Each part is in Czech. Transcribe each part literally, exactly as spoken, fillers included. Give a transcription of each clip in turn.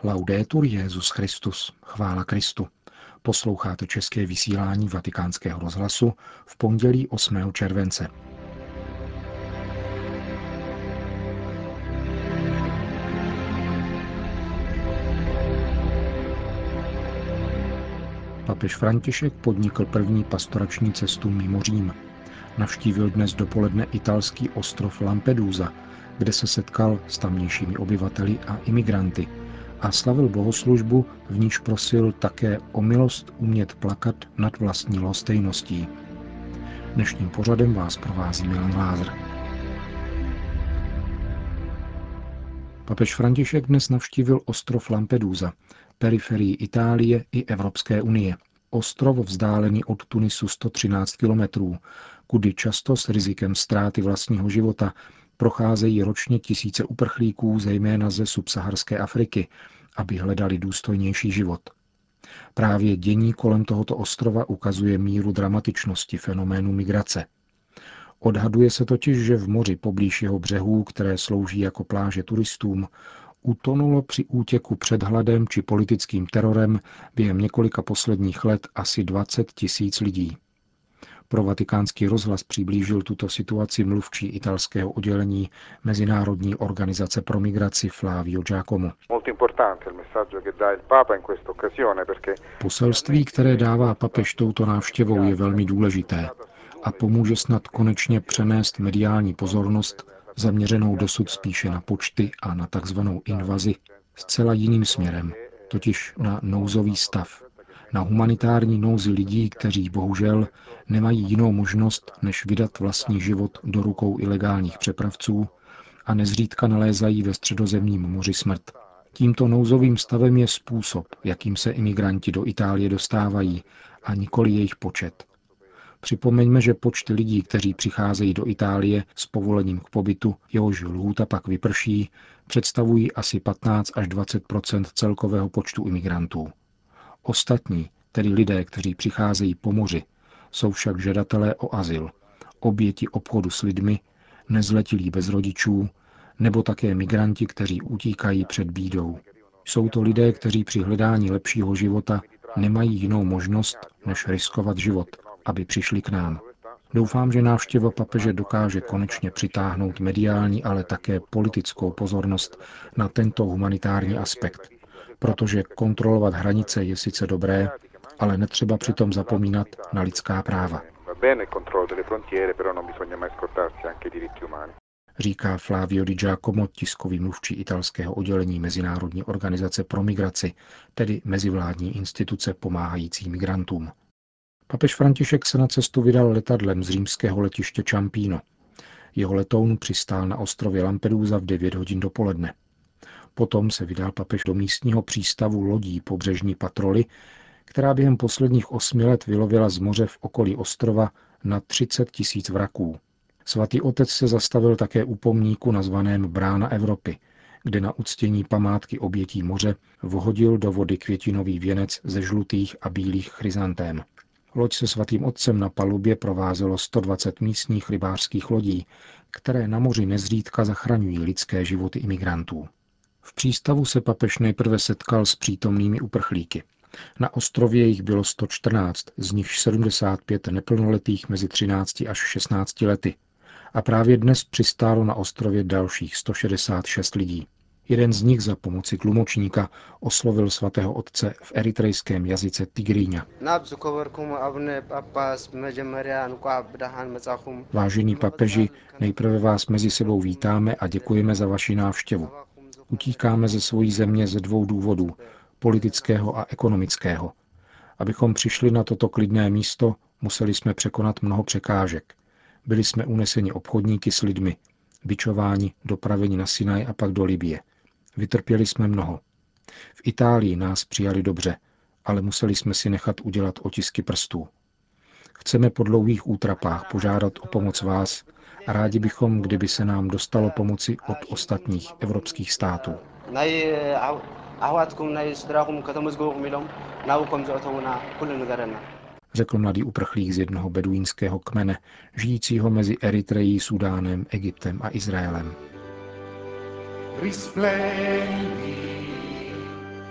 Laudetur Jesus Christus, chvála Kristu. Posloucháte české vysílání Vatikánského rozhlasu v pondělí osmého července. Papež František podnikl první pastorační cestu mimo Řím. Navštívil dnes dopoledne italský ostrov Lampedusa, kde se setkal s tamnějšími obyvateli a imigranty a slavil bohoslužbu, v níž prosil také o milost umět plakat nad vlastní lhostejností. Dnešním pořadem vás provází Milan Lázr. Papež František dnes navštívil ostrov Lampedusa, periferii Itálie i Evropské unie. Ostrov vzdálený od Tunisu sto třináct kilometrů, kudy často s rizikem ztráty vlastního života procházejí ročně tisíce uprchlíků, zejména ze subsaharské Afriky, aby hledali důstojnější život. Právě dění kolem tohoto ostrova ukazuje míru dramatičnosti fenoménu migrace. Odhaduje se totiž, že v moři poblíž jeho břehů, které slouží jako pláže turistům, utonulo při útěku před hladem či politickým terorem během několika posledních let asi dvacet tisíc lidí. Pro Vatikánský rozhlas přiblížil tuto situaci mluvčí italského oddělení Mezinárodní organizace pro migraci Flavio Giacomo. Poselství, které dává papež touto návštěvou, je velmi důležité a pomůže snad konečně přenést mediální pozornost, zaměřenou dosud spíše na počty a na takzvanou invazi, zcela jiným směrem, totiž na nouzový stav, na humanitární nouzi lidí, kteří bohužel nemají jinou možnost, než vydat vlastní život do rukou ilegálních přepravců a nezřídka nalézají ve Středozemním moři smrt. Tímto nouzovým stavem je způsob, jakým se imigranti do Itálie dostávají, a nikoli jejich počet. Připomeňme, že počty lidí, kteří přicházejí do Itálie s povolením k pobytu, jehož lhůta pak vyprší, představují asi patnáct až dvacet celkového počtu imigrantů. Ostatní, tedy lidé, kteří přicházejí po moři, jsou však žadatelé o azyl, oběti obchodu s lidmi, nezletilí bez rodičů, nebo také migranti, kteří utíkají před bídou. Jsou to lidé, kteří při hledání lepšího života nemají jinou možnost, než riskovat život, aby přišli k nám. Doufám, že návštěva papeže dokáže konečně přitáhnout mediální, ale také politickou pozornost na tento humanitární aspekt, protože kontrolovat hranice je sice dobré, ale netřeba přitom zapomínat na lidská práva. Říká Flavio Di Giacomo, tiskový mluvčí italského oddělení Mezinárodní organizace pro migraci, tedy mezivládní instituce pomáhající migrantům. Papež František se na cestu vydal letadlem z římského letiště Ciampino. Jeho letoun přistál na ostrově Lampedusa v devět hodin dopoledne. Potom se vydal papež do místního přístavu lodí pobřežní patroly, která během posledních osmi let vylovila z moře v okolí ostrova na třicet tisíc vraků. Svatý otec se zastavil také u pomníku nazvaném Brána Evropy, kde na uctění památky obětí moře vhodil do vody květinový věnec ze žlutých a bílých chryzantém. Loď se svatým otcem na palubě provázelo sto dvacet místních rybářských lodí, které na moři nezřídka zachraňují lidské životy imigrantů. V přístavu se papež nejprve setkal s přítomnými uprchlíky. Na ostrově jich bylo sto čtrnáct, z nichž sedmdesát pět neplnoletých mezi třinácti až šestnácti lety. A právě dnes přistálo na ostrově dalších sto šedesát šest lidí. Jeden z nich za pomoci tlumočníka oslovil svatého otce v eritrejském jazyce Tigriňa. Vážení papeži, nejprve vás mezi sebou vítáme a děkujeme za vaši návštěvu. Utíkáme ze svojí země ze dvou důvodů, politického a ekonomického. Abychom přišli na toto klidné místo, museli jsme překonat mnoho překážek. Byli jsme uneseni obchodníky s lidmi, bičováni, dopraveni na Sinaj a pak do Libye. Vytrpěli jsme mnoho. V Itálii nás přijali dobře, ale museli jsme si nechat udělat otisky prstů. Chceme po dlouhých útrapách požádat o pomoc vás a rádi bychom, kdyby se nám dostalo pomoci od ostatních evropských států. Řekl mladý uprchlík z jednoho beduínského kmene, žijícího mezi Eritrejí, Súdánem, Egyptem a Izraelem.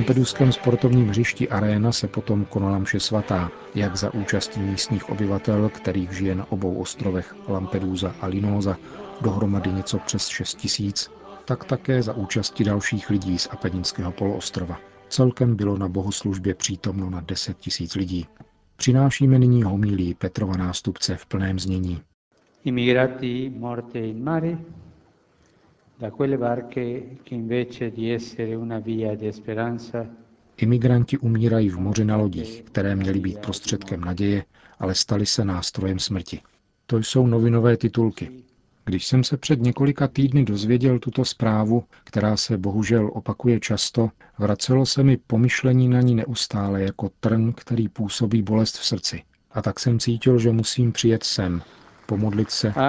lampeduském sportovním hřišti Arena se potom konala mše svatá, jak za účastí místních obyvatel, kterých žije na obou ostrovech Lampedusa a Linosa, dohromady něco přes šest tisíc, tak také za účasti dalších lidí z Apeninského poloostrova. Celkem bylo na bohoslužbě přítomno na deset tisíc lidí. Přinášíme nyní homílii Petrova nástupce v plném znění. Immigrati morte in mare, da quelle barche che invece di essere una via di speranza. Imigranti umírají v moři na lodích, které měly být prostředkem naděje, ale staly se nástrojem smrti. To jsou novinové titulky. Když jsem se před několika týdny dozvěděl tuto zprávu, která se bohužel opakuje často, vracelo se mi pomyšlení na ní neustále jako trn, který působí bolest v srdci. A tak jsem cítil, že musím přijet sem, pomodlit se A...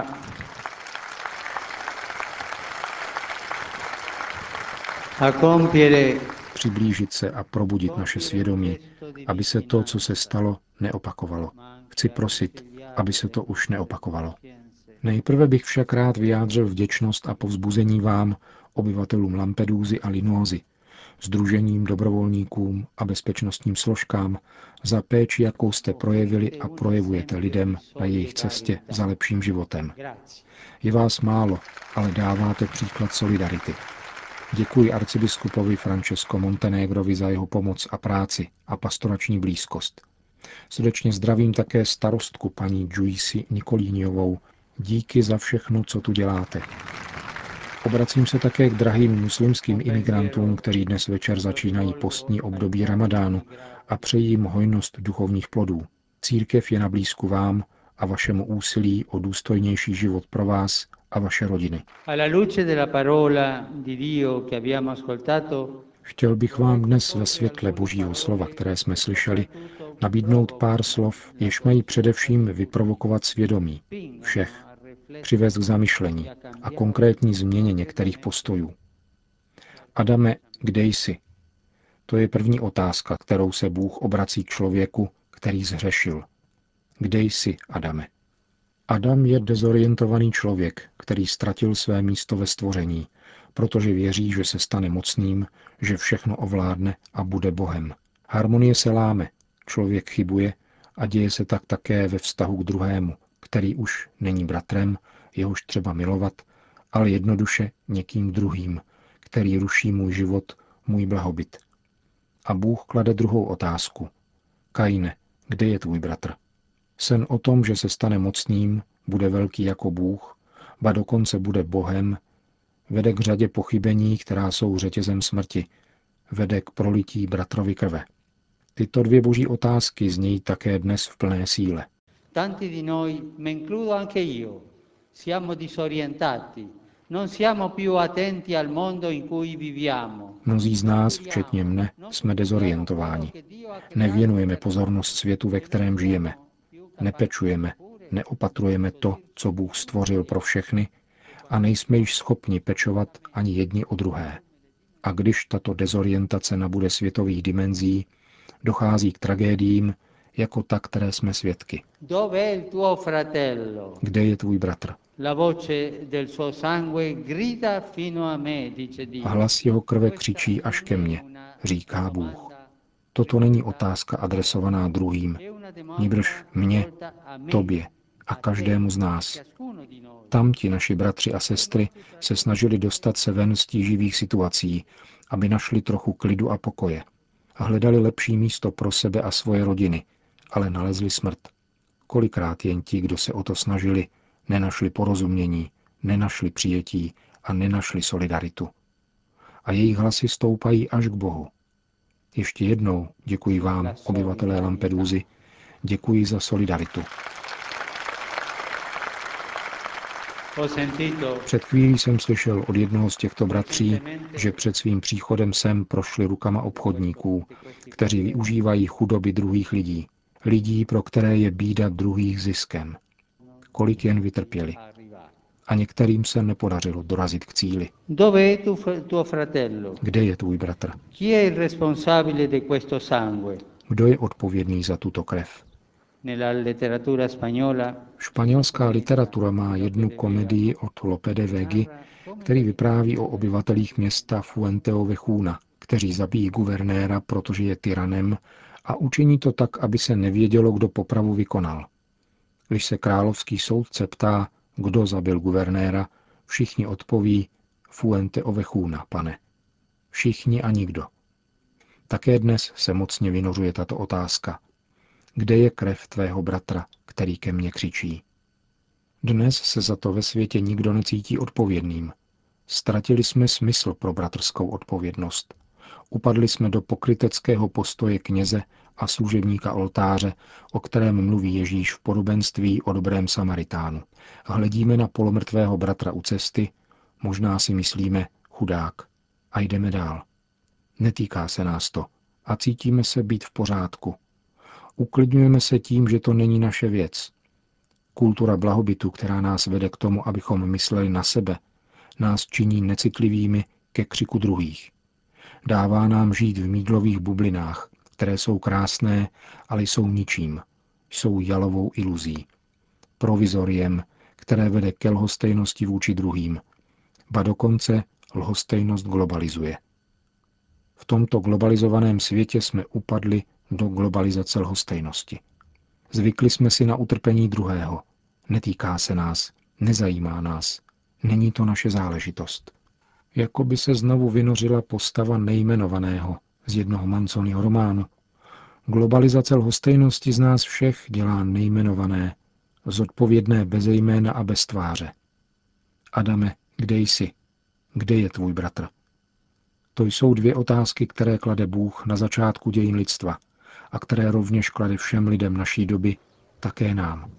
a compiere... přiblížit se a probudit naše svědomí, aby se to, co se stalo, neopakovalo. Chci prosit, aby se to už neopakovalo. Nejprve bych však rád vyjádřil vděčnost a povzbuzení vám, obyvatelům Lampedusy a Linosy, sdružením, dobrovolníkům a bezpečnostním složkám za péči, jakou jste projevili a projevujete lidem na jejich cestě za lepším životem. Je vás málo, ale dáváte příklad solidarity. Děkuji arcibiskupovi Francesco Montenegrovi za jeho pomoc a práci a pastorační blízkost. Srdečně zdravím také starostku paní Giuisi Nikolíniovou. Díky za všechno, co tu děláte. Obracím se také k drahým muslimským imigrantům, kteří dnes večer začínají postní období Ramadánu a přeji jim hojnost duchovních plodů. Církev je na blízku vám a vašemu úsilí o důstojnější život pro vás a vaše rodiny. Chtěl bych vám dnes ve světle Božího slova, které jsme slyšeli, nabídnout pár slov, jež mají především vyprovokovat svědomí všech, přivést k zamyšlení a konkrétní změně některých postojů. Adame, kde jsi? To je první otázka, kterou se Bůh obrací k člověku, který zhřešil. Kde jsi, Adame? Adam je dezorientovaný člověk, který ztratil své místo ve stvoření, protože věří, že se stane mocným, že všechno ovládne a bude Bohem. Harmonie se láme, člověk chybuje a děje se tak také ve vztahu k druhému, který už není bratrem, jehož třeba milovat, ale jednoduše někým druhým, který ruší můj život, můj blahobyt. A Bůh klade druhou otázku. Kaine, kde je tvůj bratr? Sen o tom, že se stane mocným, bude velký jako Bůh, ba dokonce bude Bohem, vede k řadě pochybení, která jsou řetězem smrti, vede k prolití bratrovy krve. Tyto dvě boží otázky znějí také dnes v plné síle. Tanti di noi, me includo anche io, siamo disorientati, non siamo più attenti al mondo in cui viviamo. Mnozí z nás, včetně mne, jsme dezorientováni. Nevěnujeme pozornost světu, ve kterém žijeme. Nepečujeme, neopatrujeme to, co Bůh stvořil pro všechny, a nejsme již schopni pečovat ani jedni o druhé. A když tato dezorientace nabude světových dimenzí, dochází k tragédiím, jako ta, které jsme svědky. Kde je tvůj bratr? A hlas jeho krve křičí až ke mně, říká Bůh. Toto není otázka adresovaná druhým, nýbrž mně, tobě a každému z nás. Tamti naši bratři a sestry se snažili dostat se ven z tíživých situací, aby našli trochu klidu a pokoje. A hledali lepší místo pro sebe a svoje rodiny, ale nalezli smrt. Kolikrát jen ti, kdo se o to snažili, nenašli porozumění, nenašli přijetí a nenašli solidaritu. A jejich hlasy stoupají až k Bohu. Ještě jednou děkuji vám, obyvatelé Lampedusy, děkuji za solidaritu. Před chvílí jsem slyšel od jednoho z těchto bratří, že před svým příchodem sem prošli rukama obchodníků, kteří využívají chudoby druhých lidí. Lidí, pro které je bída druhých ziskem. Kolik jen vytrpěli. A některým se nepodařilo dorazit k cíli. Kde je tvůj bratr? Kdo je odpovědný za tuto krev? Španělská literatura má jednu komedii od Lope de Vegy, který vypráví o obyvatelích města Fuenteovejuna, kteří zabijí guvernéra, protože je tyranem, a učiní to tak, aby se nevědělo, kdo popravu vykonal. Když se královský soudce ptá, kdo zabil guvernéra, všichni odpoví Fuente ovechuna, pane. Všichni a nikdo. Také dnes se mocně vynořuje tato otázka. Kde je krev tvého bratra, který ke mně křičí? Dnes se za to ve světě nikdo necítí odpovědným. Ztratili jsme smysl pro bratrskou odpovědnost. Upadli jsme do pokryteckého postoje kněze a služebníka oltáře, o kterém mluví Ježíš v podobenství o dobrém Samaritánu. Hledíme na polomrtvého bratra u cesty, možná si myslíme chudák a jdeme dál. Netýká se nás to a cítíme se být v pořádku. Uklidňujeme se tím, že to není naše věc. Kultura blahobytu, která nás vede k tomu, abychom mysleli na sebe, nás činí necitlivými ke křiku druhých. Dává nám žít v mýdlových bublinách, které jsou krásné, ale jsou ničím. Jsou jalovou iluzí. Provizoriem, které vede ke lhostejnosti vůči druhým. Ba dokonce lhostejnost globalizuje. V tomto globalizovaném světě jsme upadli do globalizace lhostejnosti. Zvykli jsme si na utrpení druhého. Netýká se nás, nezajímá nás. Není to naše záležitost. Jako by se znovu vynořila postava nejmenovaného z jednoho Manzoniho románu. Globalizace lhostejnosti z nás všech dělá nejmenované, zodpovědné beze jména a bez tváře. Adame, kde jsi? Kde je tvůj bratr? To jsou dvě otázky, které klade Bůh na začátku dějin lidstva a které rovněž klade všem lidem naší doby, také nám.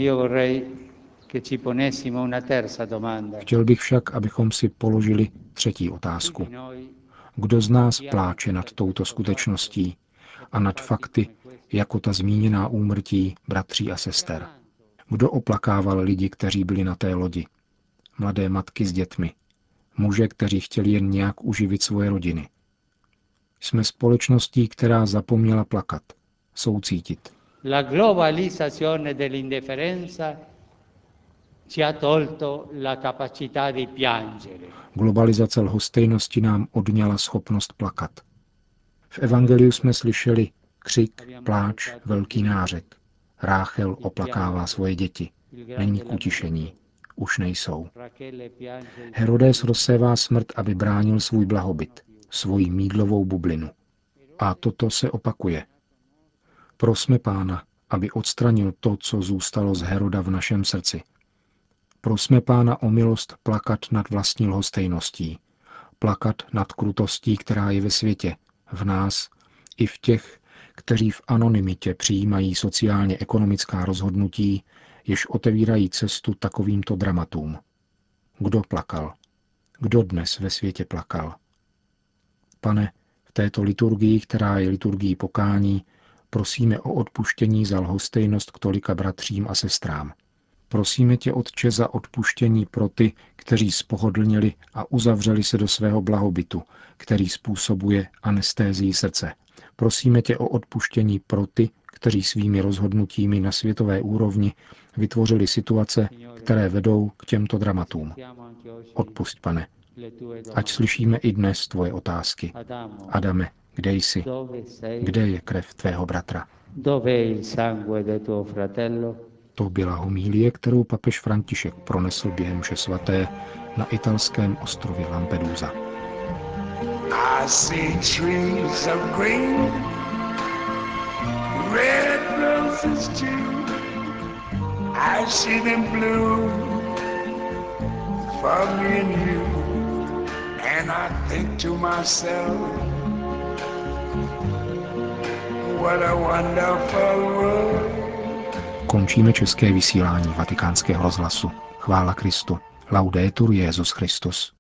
Chtěl bych však, abychom si položili třetí otázku. Kdo z nás pláče nad touto skutečností a nad fakty, jako ta zmíněná úmrtí bratří a sester? Kdo oplakával lidi, kteří byli na té lodi? Mladé matky s dětmi, muže, kteří chtěli jen nějak uživit svoje rodiny. Jsme společností, která zapomněla plakat, soucítit. La globalizzazione dell'indifferenza ci ha tolto la capacità di piangere. Globalizace lhostejnosti nám odňala schopnost plakat. V evangeliu jsme slyšeli křik, pláč, velký nářek. Ráchel oplakává svoje děti. Není k utišení. Už nejsou. Herodes rozsévá smrt, aby bránil svůj blahobyt, svoji mýdlovou bublinu. A toto se opakuje. Prosme Pána, aby odstranil to, co zůstalo z Heroda v našem srdci. Prosme Pána o milost plakat nad vlastní lhostejností, plakat nad krutostí, která je ve světě, v nás i v těch, kteří v anonymitě přijímají sociálně-ekonomická rozhodnutí, jež otevírají cestu takovýmto dramatům. Kdo plakal? Kdo dnes ve světě plakal? Pane, v této liturgii, která je liturgií pokání, prosíme o odpuštění za lhostejnost k tolika bratřím a sestrám. Prosíme tě, Otče, za odpuštění pro ty, kteří spohodlněli a uzavřeli se do svého blahobytu, který způsobuje anestézii srdce. Prosíme tě o odpuštění pro ty, kteří svými rozhodnutími na světové úrovni vytvořili situace, které vedou k těmto dramatům. Odpusť, Pane. Ať slyšíme i dnes tvoje otázky. Adame, kde jsi? Kde je krev tvého bratra? To byla homilie, kterou papež František pronesl během mše svaté na italském ostrově Lampedusa. I see trees of green, red roses too. I see them blue for me and you. And I think to myself, what a wonderful world. Končíme české vysílání Vatikánského rozhlasu. Chvála Kristu. Laudetur Jesus Christus.